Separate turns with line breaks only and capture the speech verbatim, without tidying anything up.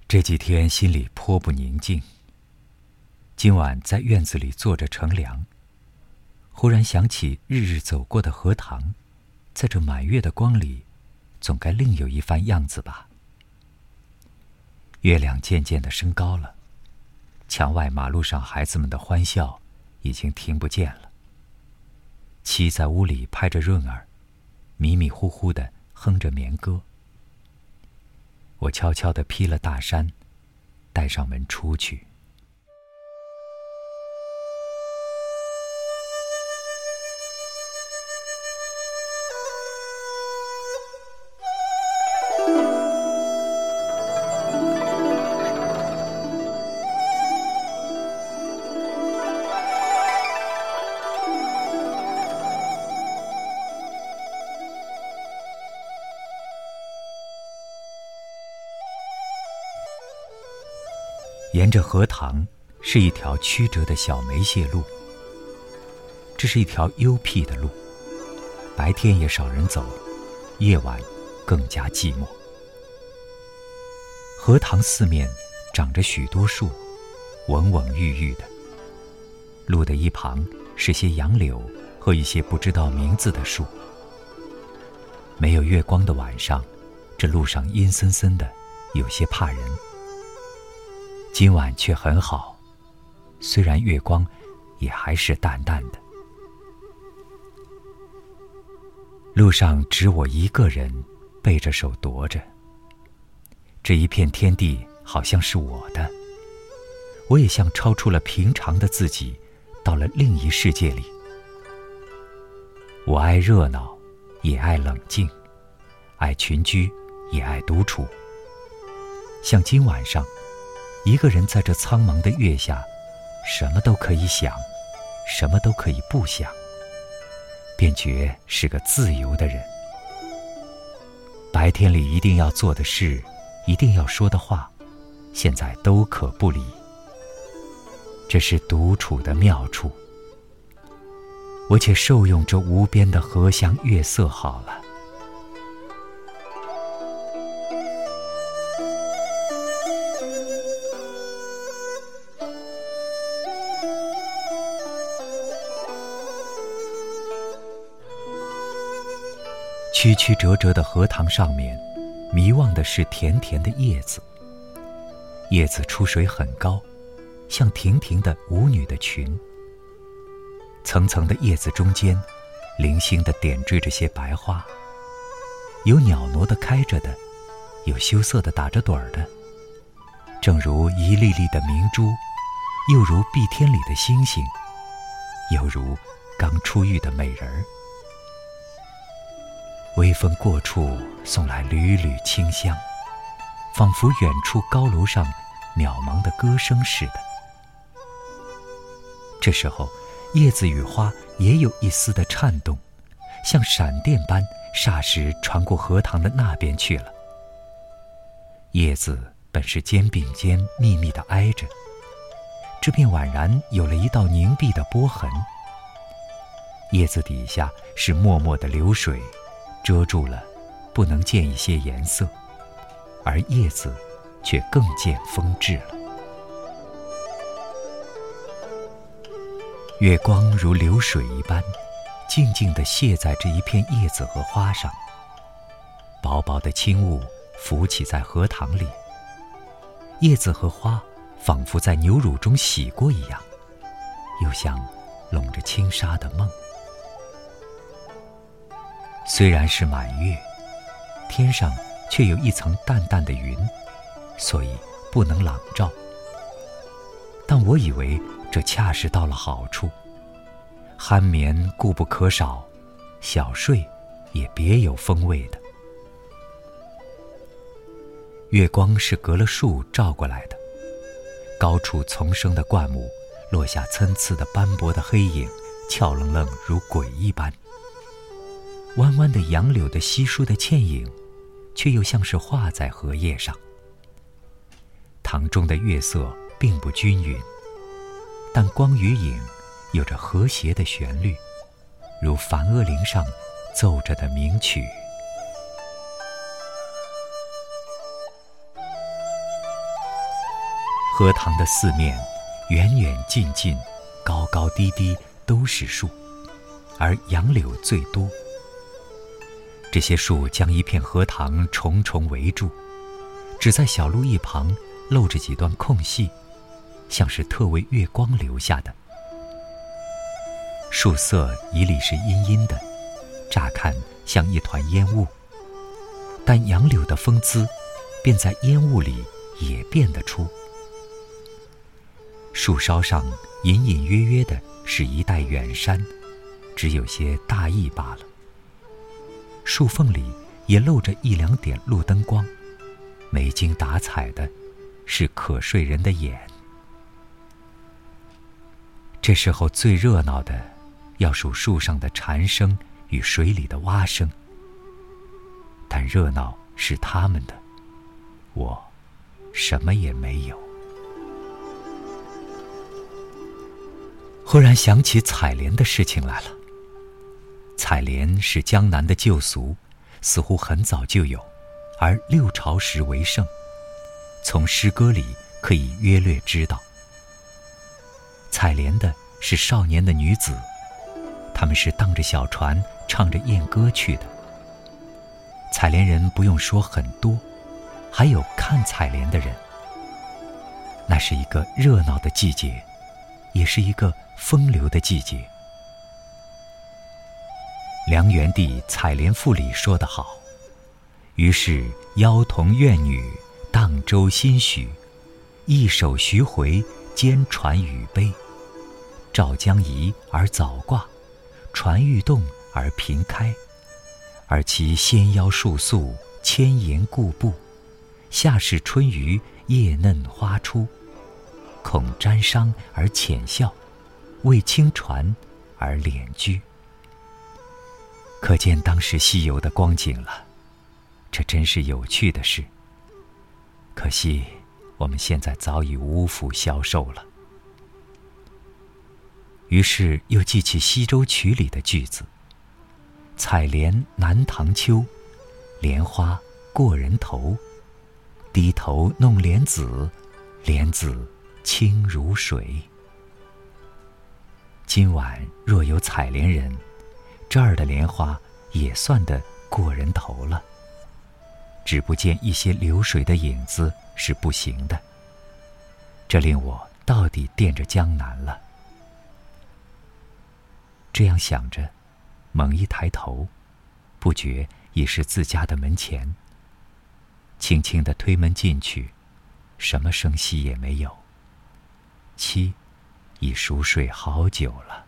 这几天心里颇不宁静。今晚在院子里坐着乘凉，忽然想起日日走过的荷塘，在这满月的光里，总该另有一番样子吧。月亮渐渐地升高了，墙外马路上孩子们的欢笑已经听不见了。妻在屋里拍着闰儿，迷迷糊糊地哼着眠歌。我悄悄地披了大衫，带上门出去。沿着荷塘是一条曲折的小梅屑路，这是一条幽僻的路，白天也少人走，夜晚更加寂寞。荷塘四面长着许多树，蓊蓊郁郁的。路的一旁是些杨柳和一些不知道名字的树。没有月光的晚上，这路上阴森森的，有些怕人。今晚却很好，虽然月光也还是淡淡的。路上只我一个人背着手踱着，这一片天地好像是我的，我也像超出了平常的自己，到了另一世界里。我爱热闹，也爱冷静，爱群居，也爱独处。像今晚上一个人在这苍茫的月下，什么都可以想，什么都可以不想，便觉是个自由的人。白天里一定要做的事，一定要说的话，现在都可不理。这是独处的妙处。我且受用这无边的荷香月色好了。曲曲折折的荷塘上面，迷望的是甜甜的叶子。叶子出水很高，像亭亭的舞女的裙。层层的叶子中间，零星地点缀着些白花，有袅娜地开着的，有羞涩地打着盹儿的，正如一粒粒的明珠，又如碧天里的星星，又如刚出浴的美人儿。微风过处，送来缕缕清香，仿佛远处高楼上渺茫的歌声似的。这时候，叶子与花也有一丝的颤动，像闪电般霎时传过荷塘的那边去了。叶子本是肩并肩密密地挨着，这便宛然有了一道凝碧的波痕。叶子底下是脉脉的流水，遮住了，不能见一些颜色，而叶子却更见风致了。月光如流水一般，静静地泻在这一片叶子和花上，薄薄的轻雾浮起在荷塘里，叶子和花仿佛在牛乳中洗过一样，又像笼着轻纱的梦。虽然是满月，天上却有一层淡淡的云，所以不能朗照。但我以为这恰是到了好处，酣眠固不可少，小睡也别有风味的。月光是隔了树照过来的，高处丛生的灌木落下参差的斑驳的黑影，俏愣愣如鬼一般。弯弯的杨柳的稀疏的倩影，却又像是画在荷叶上。塘中的月色并不均匀，但光与影有着和谐的旋律，如梵阿铃上奏着的名曲。 荷塘的四面，远远近近，高高低低都是树，而杨柳最多。这些树将一片荷塘重重围住，只在小路一旁露着几段空隙，像是特为月光留下的。树色一里是阴阴的，乍看像一团烟雾，但杨柳的风姿便在烟雾里也辨得出。树梢上隐隐约约的是一带远山，只有些大意罢了。树缝里也露着一两点路灯光，没精打采的，是可睡人的眼。这时候最热闹的要数树上的蝉声与水里的蛙声，但热闹是他们的，我什么也没有。忽然想起采莲的事情来了。采莲是江南的旧俗，似乎很早就有，而六朝时为盛，从诗歌里可以约略知道。采莲的是少年的女子，她们是荡着小船唱着艳歌去的。采莲人不用说很多，还有看采莲的人。那是一个热闹的季节，也是一个风流的季节。梁元帝《采莲赋》里说得好：于是妖童怨女荡舟新许，一首徐回兼传语悲。棹将移而早挂，船欲动而频开。而其纤腰束素，千言固步。夏是春鱼，叶嫩花初。恐沾裳而浅笑，为轻船而敛居。可见当时西游的光景了，这真是有趣的事。可惜我们现在早已无福消受了。于是又记起西洲曲里的句子：采莲南塘秋，莲花过人头。低头弄莲子，莲子清如水。今晚若有采莲人，这儿的莲花也算得过人头了。只不见一些流水的影子是不行的，这令我到底惦着江南了。这样想着，猛一抬头，不觉已是自家的门前。轻轻地推门进去，什么声息也没有。妻已熟睡好久了。